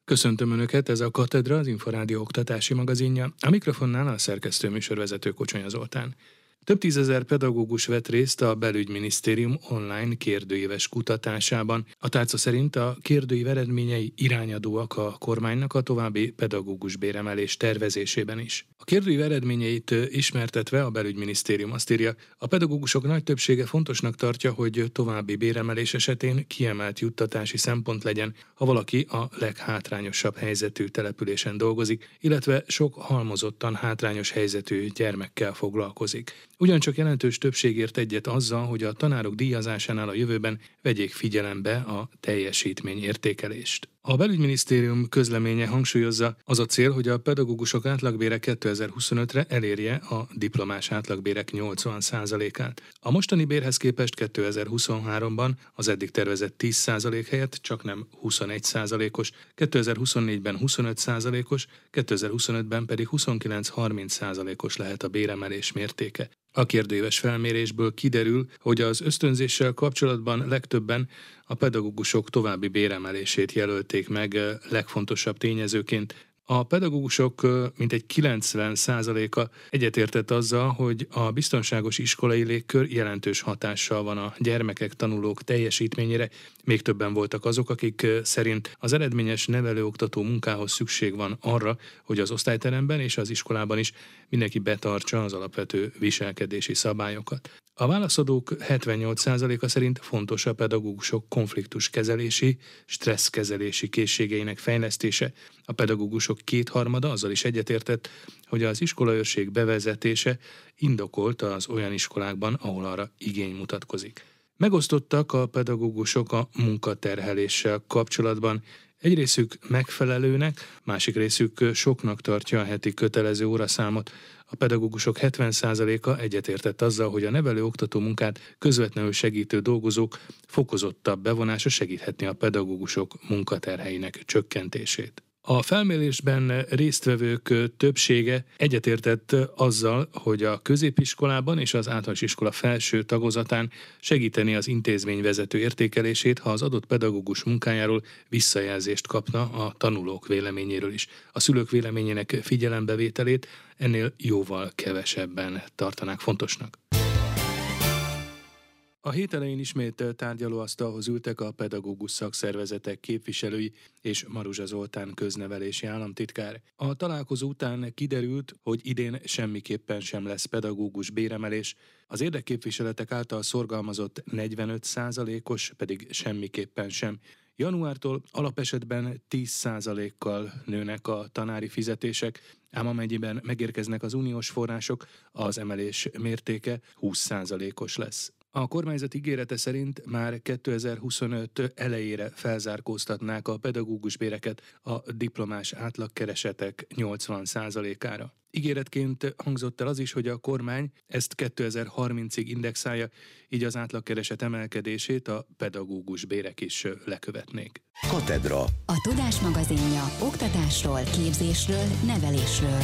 Köszöntöm Önöket, ez a Katedra, az Inforádió oktatási magazinja. A mikrofonnál a szerkesztő műsorvezető Kocsonya Zoltán. Több tízezer pedagógus vett részt a Belügyminisztérium online kérdőíves kutatásában. A tárca szerint a kérdőív eredményei irányadóak a kormánynak a további pedagógus béremelés tervezésében is. A kérdőív eredményeit ismertetve a Belügyminisztérium azt írja, a pedagógusok nagy többsége fontosnak tartja, hogy további béremelés esetén kiemelt juttatási szempont legyen, ha valaki a leghátrányosabb helyzetű településen dolgozik, illetve sok halmozottan hátrányos helyzetű gyermekkel foglalkozik. Ugyancsak jelentős többség ért egyet azzal, hogy a tanárok díjazásánál a jövőben vegyék figyelembe a teljesítményértékelést. A Belügyminisztérium közleménye hangsúlyozza, az a cél, hogy a pedagógusok átlagbére 2025-re elérje a diplomás átlagbérek 80%-át. A mostani bérhez képest 2023-ban az eddig tervezett 10% helyett csaknem 21%-os, 2024-ben 25%-os, 2025-ben pedig 29-30%-os lehet a béremelés mértéke. A kérdőíves felmérésből kiderül, hogy az ösztönzéssel kapcsolatban legtöbben a pedagógusok további béremelését jelölték meg legfontosabb tényezőként. A pedagógusok mintegy 90%-a egyetértett azzal, hogy a biztonságos iskolai légkör jelentős hatással van a gyermekek, tanulók teljesítményére. Még többen voltak azok, akik szerint az eredményes nevelőoktató munkához szükség van arra, hogy az osztályteremben és az iskolában is mindenki betartsa az alapvető viselkedési szabályokat. A válaszadók 78%-a szerint fontos a pedagógusok konfliktuskezelési, stresszkezelési készségeinek fejlesztése. A pedagógusok kétharmada azzal is egyetértett, hogy az iskolaőrség bevezetése indokolt az olyan iskolákban, ahol arra igény mutatkozik. Megosztottak a pedagógusok a munkaterheléssel kapcsolatban. Egy részük megfelelőnek, másik részük soknak tartja a heti kötelező óraszámot. A pedagógusok 70%-a egyetértett azzal, hogy a nevelő-oktató munkát közvetlenül segítő dolgozók fokozottabb bevonása segíthetni a pedagógusok munkaterheinek csökkentését. A felmérésben résztvevők többsége egyetértett azzal, hogy a középiskolában és az általános iskola felső tagozatán segíteni az intézményvezető értékelését, ha az adott pedagógus munkájáról visszajelzést kapna a tanulók véleményéről is. A szülők véleményének figyelembevételét ennél jóval kevesebben tartanák fontosnak. A hét elején ismét tárgyalóasztalhoz ültek a pedagógus szakszervezetek képviselői és Maruzsa Zoltán köznevelési államtitkár. A találkozó után kiderült, hogy idén semmiképpen sem lesz pedagógus béremelés, az érdekképviseletek által szorgalmazott 45%-os pedig semmiképpen sem. Januártól alapesetben 10%-kal nőnek a tanári fizetések, ám amennyiben megérkeznek az uniós források, az emelés mértéke 20%-os lesz. A kormányzat ígérete szerint már 2025 elejére felzárkóztatnák a pedagógus béreket a diplomás átlagkeresetek 80%-ára. Ígéretként hangzott el az is, hogy a kormány ezt 2030-ig indexálja, így az átlagkereset emelkedését a pedagógus bérek is lekövetnék. Katedra. A Tudás magazinja oktatásról, képzésről, nevelésről.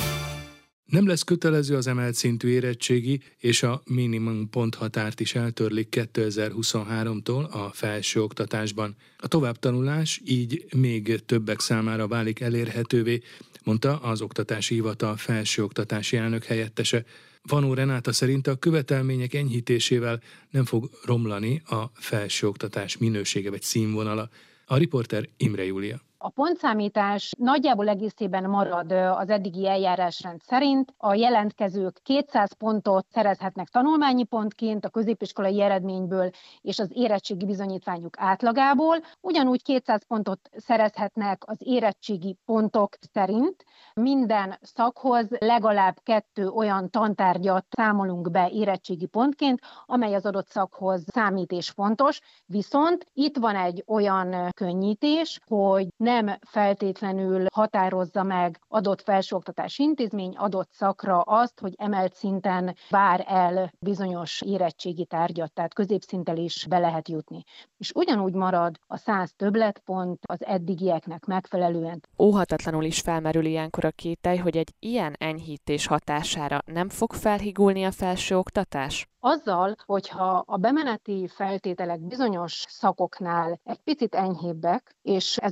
Nem lesz kötelező az emelt szintű érettségi, és a minimum ponthatárt is eltörlik 2023-tól a felsőoktatásban. A továbbtanulás így még többek számára válik elérhetővé, mondta az Oktatási Hivatal felsőoktatási elnök helyettese. Vanó Renáta szerint a követelmények enyhítésével nem fog romlani a felsőoktatás minősége vagy színvonala. A riporter Imre Júlia. A pontszámítás nagyjából egészében marad az eddigi eljárásrend szerint. A jelentkezők 200 pontot szerezhetnek tanulmányi pontként a középiskolai eredményből és az érettségi bizonyítványuk átlagából. Ugyanúgy 200 pontot szerezhetnek az érettségi pontok szerint. Minden szakhoz legalább 2 olyan tantárgyat számolunk be érettségi pontként, amely az adott szakhoz számít és fontos. Viszont itt van egy olyan könnyítés, hogy nem feltétlenül határozza meg adott felsőoktatási intézmény adott szakra azt, hogy emelt szinten vár el bizonyos érettségi tárgyat, tehát középszinttel is be lehet jutni. És ugyanúgy marad a 100 többletpont az eddigieknek megfelelően. Óhatatlanul is felmerül ilyenkor a kételj, hogy egy ilyen enyhítés hatására nem fog felhigulni a felsőoktatás? Azzal, hogyha a bemeneti feltételek bizonyos szakoknál egy picit enyhébbek, és ezáltal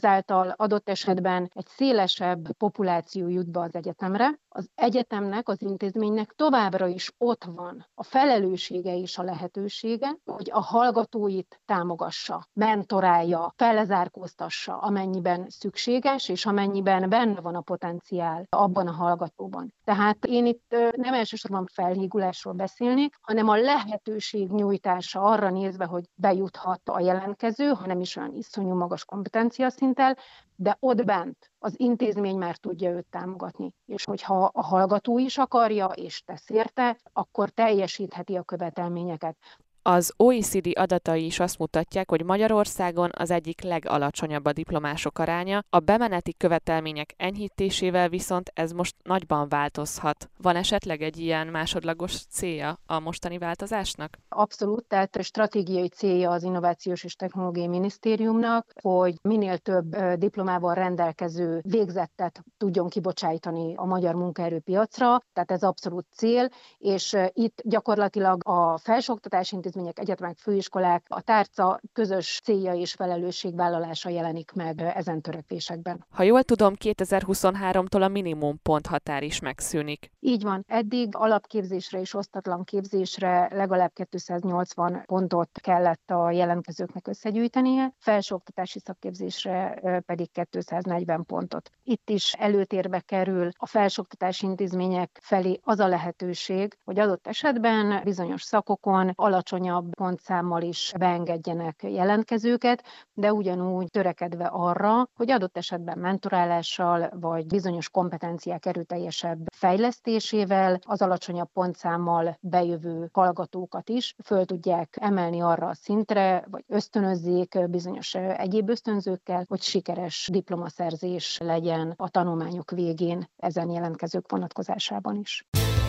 Ezáltal adott esetben egy szélesebb populáció jut be az egyetemre. Az egyetemnek, az intézménynek továbbra is ott van a felelőssége és a lehetősége, hogy a hallgatóit támogassa, mentorálja, fellezárkóztassa, amennyiben szükséges, és amennyiben benne van a potenciál abban a hallgatóban. Tehát én itt nem elsősorban felhígulásról beszélnék, hanem a lehetőség nyújtása arra nézve, hogy bejuthat a jelentkező, hanem is olyan iszonyú magas kompetenciaszinttel, de ott bent az intézmény már tudja őt támogatni. És hogyha a hallgató is akarja és tesz érte, akkor teljesítheti a követelményeket. Az OECD adatai is azt mutatják, hogy Magyarországon az egyik legalacsonyabb a diplomások aránya, a bemeneti követelmények enyhítésével viszont ez most nagyban változhat. Van esetleg egy ilyen másodlagos célja a mostani változásnak? Abszolút, tehát stratégiai célja az Innovációs és Technológiai Minisztériumnak, hogy minél több diplomával rendelkező végzettet tudjon kibocsájtani a magyar munkaerőpiacra, tehát ez abszolút cél, és itt gyakorlatilag a felsőoktatási intézmények, egyetemek, főiskolák, a tárca közös célja és felelősségvállalása jelenik meg ezen törekvésekben. Ha jól tudom, 2023-tól a minimum ponthatár is megszűnik. Így van. Eddig alapképzésre és osztatlan képzésre legalább 280 pontot kellett a jelentkezőknek összegyűjtenie, felsőoktatási szakképzésre pedig 240 pontot. Itt is előtérbe kerül a felsőoktatási intézmények felé az a lehetőség, hogy adott esetben bizonyos szakokon alacsonyabb pontszámmal is beengedjenek jelentkezőket, de ugyanúgy törekedve arra, hogy adott esetben mentorálással vagy bizonyos kompetenciák erőteljesebb fejlesztésével az alacsonyabb pontszámmal bejövő hallgatókat is föl tudják emelni arra a szintre, vagy ösztönözzék bizonyos egyéb ösztönzőkkel, hogy sikeres diplomaszerzés legyen a tanulmányok végén ezen jelentkezők vonatkozásában is.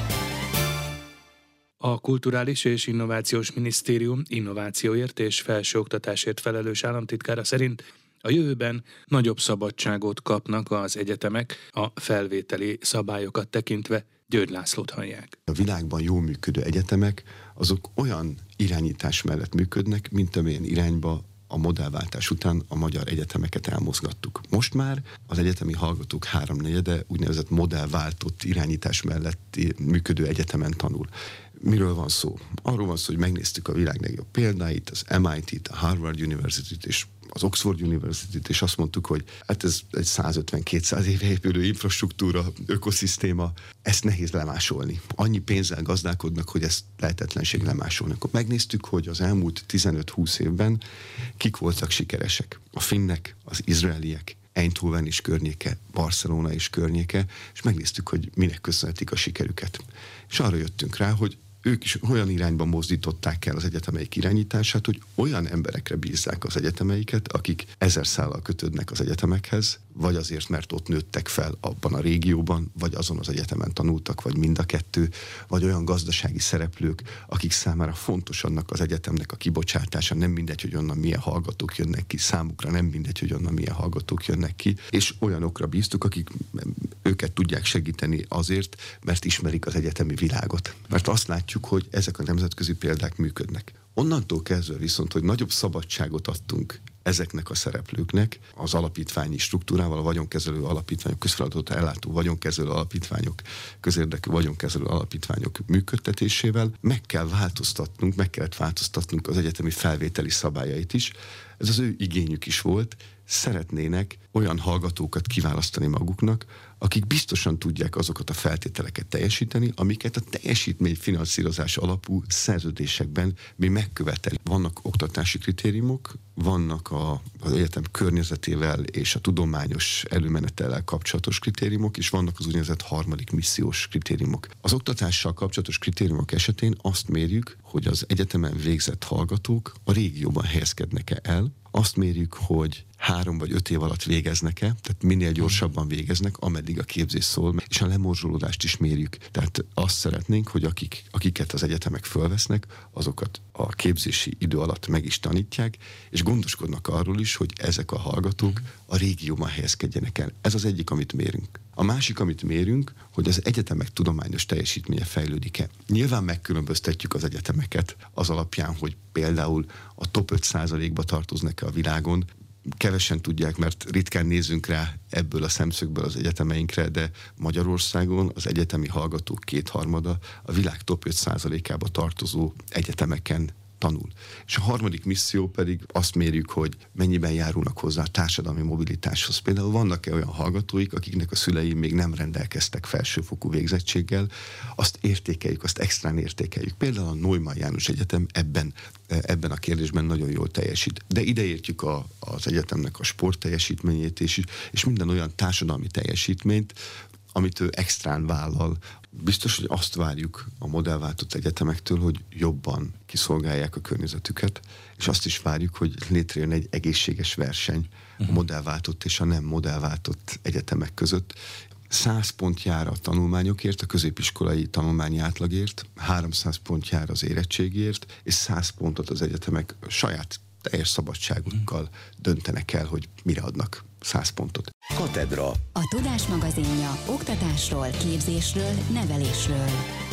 A Kulturális és Innovációs Minisztérium innovációért és felsőoktatásért felelős államtitkára szerint a jövőben nagyobb szabadságot kapnak az egyetemek a felvételi szabályokat tekintve. György Lászlót hallják. A világban jól működő egyetemek azok olyan irányítás mellett működnek, mint amilyen irányba a modellváltás után a magyar egyetemeket elmozgattuk. Most már az egyetemi hallgatók 3/4 úgynevezett modellváltott irányítás mellett működő egyetemen tanul. Miről van szó? Arról van szó, hogy megnéztük a világ legjobb példáit, az MIT-t, a Harvard University-t és az Oxford University-t, és azt mondtuk, hogy hát ez egy 150-200 éve épülő infrastruktúra, ökoszisztéma, ezt nehéz lemásolni. Annyi pénzzel gazdálkodnak, hogy ezt lehetetlenség lemásolni. Akkor megnéztük, hogy az elmúlt 15-20 évben kik voltak sikeresek. A finnek, az izraeliek, Eindhoven is környéke, Barcelona is környéke, és megnéztük, hogy minek köszönhetik a sikerüket. És arra jöttünk rá, hogy ők is olyan irányba mozdították el az egyetemeik irányítását, hogy olyan emberekre bízzák az egyetemeiket, akik 1000 szállal kötődnek az egyetemekhez, vagy azért, mert ott nőttek fel abban a régióban, vagy azon az egyetemen tanultak, vagy mind a kettő, vagy olyan gazdasági szereplők, akik számára fontos annak az egyetemnek a kibocsátása, nem mindegy, hogy onnan milyen hallgatók jönnek ki, számukra nem mindegy, hogy onnan milyen hallgatók jönnek ki, és olyanokra bíztuk, akik őket tudják segíteni azért, mert ismerik az egyetemi világot. Mert azt látjuk, hogy ezek a nemzetközi példák működnek. Onnantól kezdve viszont, hogy nagyobb szabadságot adtunk ezeknek a szereplőknek, az alapítványi struktúrával, a vagyonkezelő alapítványok, közfeladatot ellátó vagyonkezelő alapítványok, közérdekű vagyonkezelő alapítványok működtetésével meg kellett változtatnunk az egyetemi felvételi szabályait is. Ez az ő igényük is volt, szeretnének olyan hallgatókat kiválasztani maguknak, akik biztosan tudják azokat a feltételeket teljesíteni, amiket a teljesítményfinanszírozás alapú szerződésekben mi megkövetelünk. Vannak oktatási kritériumok, vannak az egyetem környezetével és a tudományos előmenetellel kapcsolatos kritériumok, és vannak az úgynevezett harmadik missziós kritériumok. Az oktatással kapcsolatos kritériumok esetén azt mérjük, hogy az egyetemen végzett hallgatók a régióban helyezkednek-e el, azt mérjük, hogy 3 vagy 5 év alatt végeznek-e, tehát minél gyorsabban végeznek, ameddig a képzés szól, és a lemorzsolódást is mérjük. Tehát azt szeretnénk, hogy akiket az egyetemek fölvesznek, azokat a képzési idő alatt meg is tanítják, és gondoskodnak arról is, hogy ezek a hallgatók a régióban helyezkedjenek el. Ez az egyik, amit mérünk. A másik, amit mérünk, hogy az egyetemek tudományos teljesítménye fejlődik-e. Nyilván megkülönböztetjük az egyetemeket az alapján, hogy például a top 5%-ba tartoznak-e a világon, kevesen tudják, mert ritkán nézünk rá ebből a szemszögből az egyetemeinkre, de Magyarországon az egyetemi hallgatók 2/3 a világ top 5%-ába tartozó egyetemeken tanul. És a harmadik misszió pedig azt mérjük, hogy mennyiben járulnak hozzá a társadalmi mobilitáshoz. Például vannak-e olyan hallgatóik, akiknek a szülei még nem rendelkeztek felsőfokú végzettséggel, azt értékeljük, azt extrán értékeljük. Például a Neumann János Egyetem ebben a kérdésben nagyon jól teljesít. De ideértjük az egyetemnek a sport teljesítményét és minden olyan társadalmi teljesítményt, amit ő extrán vállal. Biztos, hogy azt várjuk a modellváltott egyetemektől, hogy jobban kiszolgálják a környezetüket, és azt is várjuk, hogy létrejön egy egészséges verseny a modellváltott és a nem modellváltott egyetemek között. 100 pont jár a tanulmányokért, a középiskolai tanulmányi átlagért, 300 pont jár az érettségért, és 100 pontot az egyetemek saját teljes szabadságukkal döntenek el, hogy mire adnak 100 pontot. Katedra. A Tudás magazinja oktatásról, képzésről, nevelésről.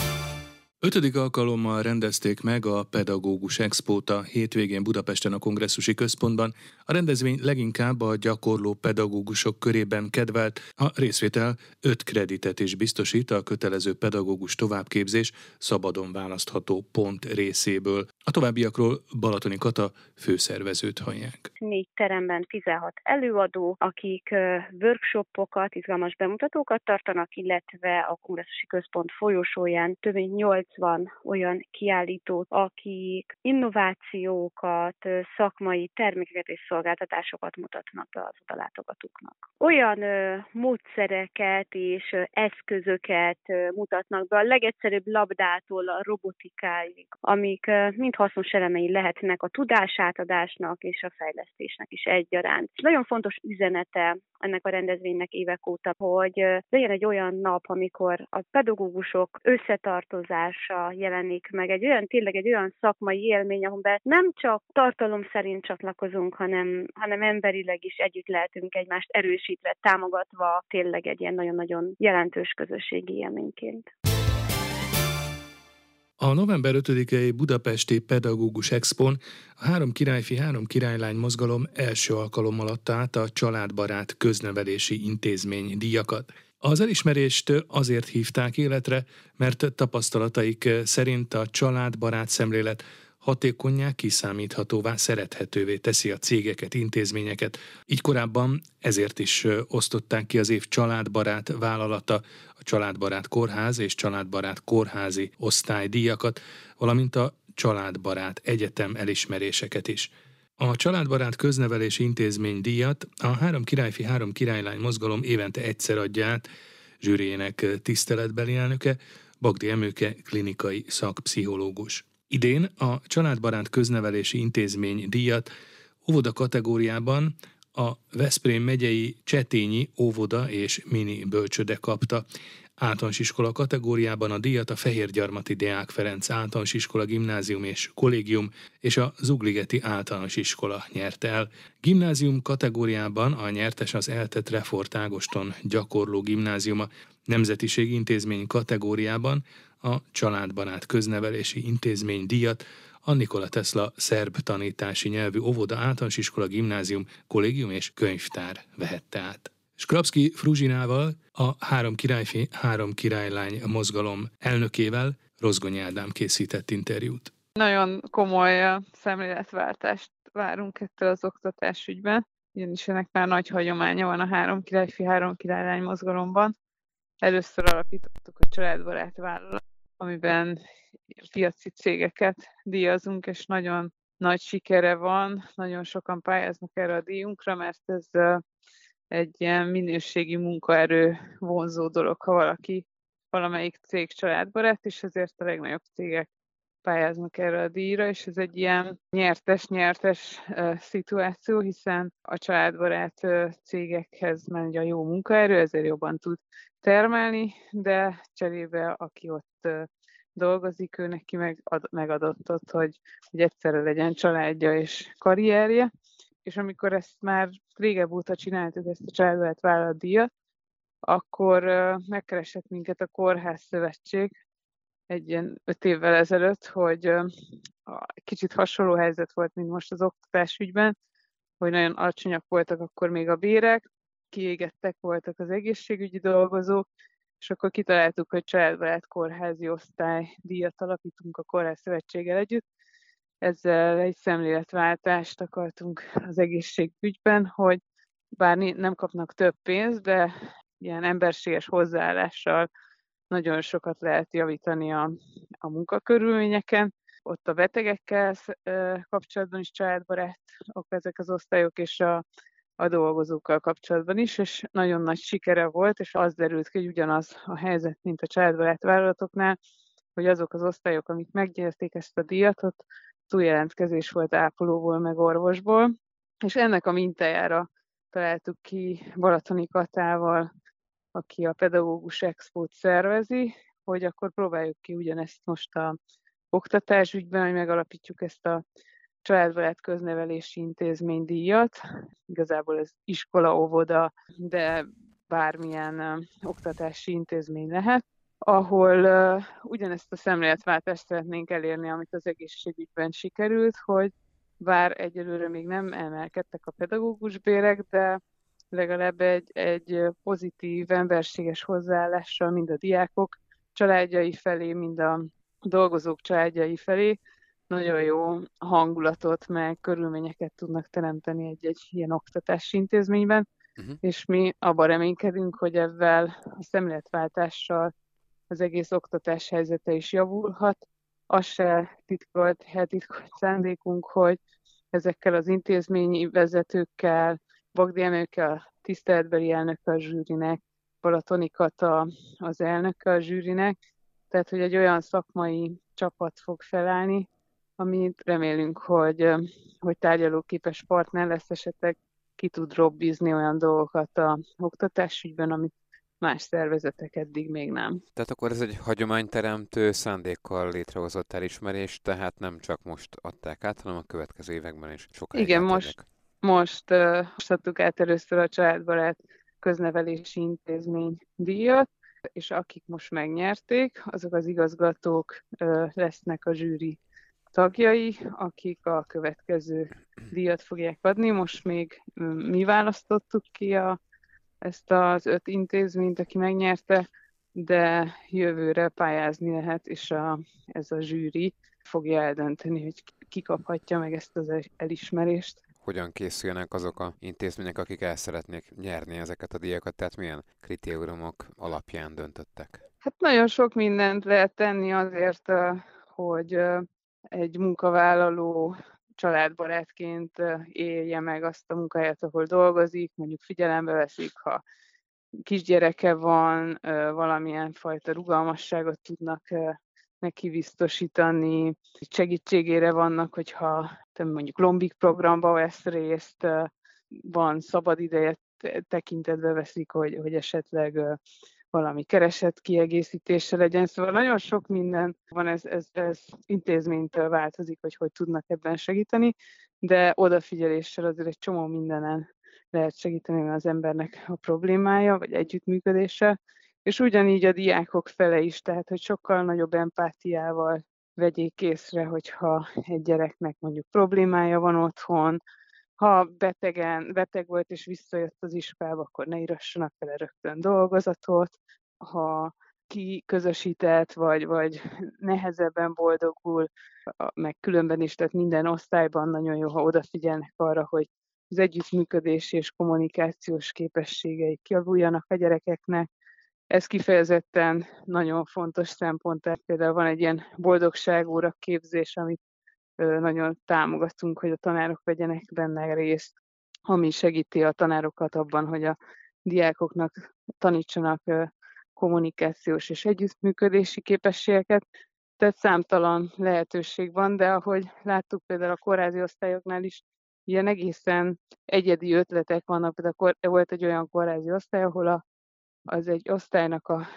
5. alkalommal rendezték meg a Pedagógus Expót a hétvégén Budapesten a Kongresszusi Központban. A rendezvény leginkább a gyakorló pedagógusok körében kedvelt, a részvétel 5 kreditet is biztosít a kötelező pedagógus továbbképzés szabadon választható pont részéből. A továbbiakról Balatoni Kata főszervezőt hallják. 4 teremben 16 előadó, akik workshopokat, izgalmas bemutatókat tartanak, illetve a Kongresszusi Központ folyosóján több mint 80 olyan kiállítót, akik innovációkat, szakmai termékeket és szolgáltatásokat mutatnak be az odalátogatóknak. Olyan módszereket és eszközöket mutatnak be a legegyszerűbb labdától a robotikáig, amik mind hasznos elemei lehetnek a tudásátadásnak és a fejlesztésnek is egyaránt. És nagyon fontos üzenete ennek a rendezvénynek évek óta, hogy legyen egy olyan nap, amikor a pedagógusok összetartozása jelenik meg, tényleg egy olyan szakmai élmény, ahol nem csak tartalom szerint csatlakozunk, hanem emberileg is együtt lehetünk egymást erősítve, támogatva, tényleg egy ilyen nagyon-nagyon jelentős közösségi élményként. A november 5-i budapesti Pedagógus Expón a 3 királyfi, 3 királylány mozgalom első alkalommal adta át a Családbarát Köznevelési Intézmény díjakat. Az elismerést azért hívták életre, mert tapasztalataik szerint a családbarát szemlélet hatékonnyá, kiszámíthatóvá, szerethetővé teszi a cégeket, intézményeket. Így korábban ezért is osztották ki az év családbarát vállalata, a Családbarát Kórház és Családbarát Kórházi osztálydíjakat, valamint a Családbarát Egyetem elismeréseket is. A Családbarát Köznevelési Intézmény díjat a 3 királyfi, 3 királylány mozgalom évente egyszer adja át, zsűriének tiszteletbeli elnöke, Bagdi Emőke klinikai szakpszichológus. Idén a Családbarát Köznevelési Intézmény díjat óvoda kategóriában a Veszprém megyei Csetényi óvoda és mini bölcsőde kapta. Általános iskola kategóriában a díjat a Fehérgyarmati Deák Ferenc Általános Iskola Gimnázium és Kollégium és a Zugligeti Általános Iskola nyerte el. Gimnázium kategóriában a nyertes az Eltet Refort Ágoston Gyakorló Gimnáziuma, Nemzetiségi Intézmény kategóriában a Családbarát Köznevelési Intézmény díjat a Nikola Tesla szerb tanítási nyelvű óvoda, általános iskola, gimnázium, kollégium és könyvtár vehette át. Skrapszky Fruzsinával, a 3 királyfi, 3 királylány mozgalom elnökével Rozgonyi Ádám készített interjút. Nagyon komoly szemléletváltást várunk ettől az oktatásügyben, ugyanis ennek már nagy hagyománya van a 3 királyfi, 3 királylány mozgalomban. Először alapítottuk a Családbarát vállalatot, amiben piaci cégeket díjazunk, és nagyon nagy sikere van, nagyon sokan pályáznak erre a díjunkra, mert ez egy ilyen minőségi munkaerő vonzó dolog, ha valamelyik cég családbarát, és ezért a legnagyobb cégek pályáznak erre a díjra, és ez egy ilyen nyertes-nyertes szituáció, hiszen a családbarát cégekhez megy a jó munkaerő, ezért jobban tud termelni, de cserébe aki ott dolgozik, ő neki megadott ott, hogy egyszerre legyen családja és karrierje. És amikor ezt már régebb óta csináltuk, ezt a Családbarát vállalatdíjat, akkor megkeresett minket a Kórház Szövetség egy ilyen 5 évvel ezelőtt, hogy kicsit hasonló helyzet volt, mint most az oktatásügyben, hogy nagyon alacsonyak voltak akkor még a bérek, kiégettek voltak az egészségügyi dolgozók, és akkor kitaláltuk, hogy családbarát kórházi osztálydíjat alapítunk a Kórház Szövetséggel együtt. Ezzel egy szemléletváltást akartunk az egészségügyben, hogy bár nem kapnak több pénzt, de ilyen emberséges hozzáállással nagyon sokat lehet javítani a munkakörülményeken. Ott a betegekkel kapcsolatban is családbarátok ezek az osztályok, és a dolgozókkal kapcsolatban is, és nagyon nagy sikere volt, és az derült ki, hogy ugyanaz a helyzet, mint a családbarát vállalatoknál, hogy azok az osztályok, amik megnyerték ezt a díjat, ott túljelentkezés volt ápolóból, meg orvosból, és ennek a mintájára találtuk ki Balatoni Katával, aki a Pedagógus Expót szervezi, hogy akkor próbáljuk ki ugyanezt most a oktatásügyben, hogy megalapítjuk ezt a családbarát köznevelési intézménydíjat. Igazából ez iskola, óvoda, de bármilyen oktatási intézmény lehet, ahol ugyanezt a szemléletváltást szeretnénk elérni, amit az egészségügyben sikerült, hogy bár egyelőre még nem emelkedtek a pedagógus bérek, de legalább egy pozitív, emberséges hozzáállással mind a diákok családjai felé, mind a dolgozók családjai felé nagyon jó hangulatot, meg körülményeket tudnak teremteni egy ilyen oktatási intézményben, és mi abban reménykedünk, hogy ezzel a szemléletváltással az egész oktatás helyzete is javulhat. Az se titkolt szándékunk, hogy ezekkel az intézményi vezetőkkel, Bagdi Emőke a tiszteletbeli elnöke a zsűrinek, Balatoni Kata az elnöke a zsűrinek, tehát hogy egy olyan szakmai csapat fog felállni, amit remélünk, hogy tárgyalóképes partner lesz, esetleg ki tud robbizni olyan dolgokat a oktatásügyben, amit más szervezetek eddig még nem. Tehát akkor ez egy hagyományteremtő szándékkal létrehozott elismerés, tehát nem csak most adták át, hanem a következő években is sokáig igen, átadják. most adtuk át először a családbarát köznevelési intézmény díjat, és akik most megnyerték, azok az igazgatók lesznek a zsűri tagjai, akik a következő díjat fogják adni. Most még mi választottuk ki ezt az 5 intézményt, aki megnyerte, de jövőre pályázni lehet, és ez a zsűri fogja eldönteni, hogy ki kaphatja meg ezt az elismerést. Hogyan készülnek azok az intézmények, akik el szeretnék nyerni ezeket a díjakat, tehát milyen kritériumok alapján döntöttek? Hát nagyon sok mindent lehet tenni azért, hogy egy munkavállaló családbarátként élje meg azt a munkáját, ahol dolgozik, mondjuk figyelembe veszik, ha kisgyereke van, valamilyen fajta rugalmasságot tudnak neki biztosítani, segítségére vannak, hogyha mondjuk lombik programba vesz részt, van szabad ideje, tekintetbe veszik, hogy esetleg valami keresett kiegészítése legyen. Szóval nagyon sok minden van, ez intézménytől változik, hogy tudnak ebben segíteni, de odafigyeléssel azért egy csomó mindenen lehet segíteni az embernek a problémája, vagy együttműködése, és ugyanígy a diákok fele is, tehát hogy sokkal nagyobb empátiával vegyék észre, hogyha egy gyereknek mondjuk problémája van otthon, ha beteg volt és visszajött az iskolába, akkor ne írassanak vele rögtön dolgozatot, ha kiközösített, vagy nehezebben boldogul, meg különben is, tehát minden osztályban nagyon jó, ha odafigyelnek arra, hogy az együttműködés és kommunikációs képességeik javuljanak a gyerekeknek. Ez kifejezetten nagyon fontos szempont, tehát például van egy ilyen boldogságóra képzés, amit nagyon támogatunk, hogy a tanárok vegyenek benne részt, ami segíti a tanárokat abban, hogy a diákoknak tanítsanak kommunikációs és együttműködési képességeket. Tehát számtalan lehetőség van, de ahogy láttuk például a kórházi osztályoknál is, ilyen egészen egyedi ötletek vannak. Például volt egy olyan kórházi osztály, ahol az egy osztálynak a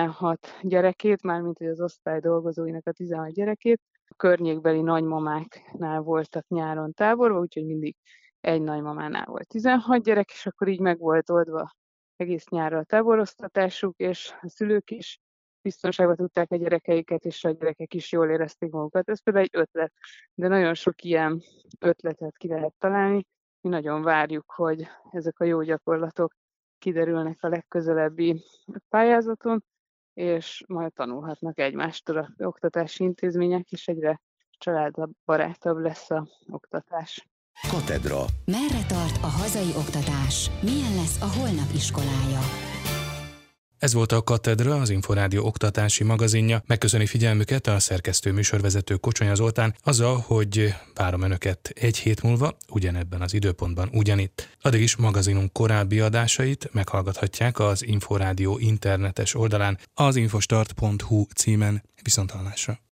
16 gyerekét, mármint az osztály dolgozóinak a 16 gyerekét, a környékbeli nagymamáknál voltak nyáron táborban, úgyhogy mindig egy nagymamánál volt 16 gyerek, és akkor így meg volt oldva egész nyárra a táboroztatásuk, és a szülők is biztonságban tudták a gyerekeiket, és a gyerekek is jól érezték magukat. Ez például egy ötlet, de nagyon sok ilyen ötletet ki lehet találni, Mi nagyon várjuk, hogy ezek a jó gyakorlatok kiderülnek a legközelebbi pályázaton, és majd tanulhatnak egymástól az oktatási intézmények, és egyre családbarátabb lesz az oktatás. Katedra. Merre tart a hazai oktatás? Milyen lesz a holnap iskolája? Ez volt a Katedra, az Inforádió oktatási magazinja. Megköszöni figyelmüket a szerkesztő műsorvezető Kocsonya Zoltán, azzal, hogy várom Önöket egy hét múlva, ugyanebben az időpontban ugyanitt. Addig is magazinunk korábbi adásait meghallgathatják az Inforádió internetes oldalán, az infostart.hu címen. Viszonthallásra.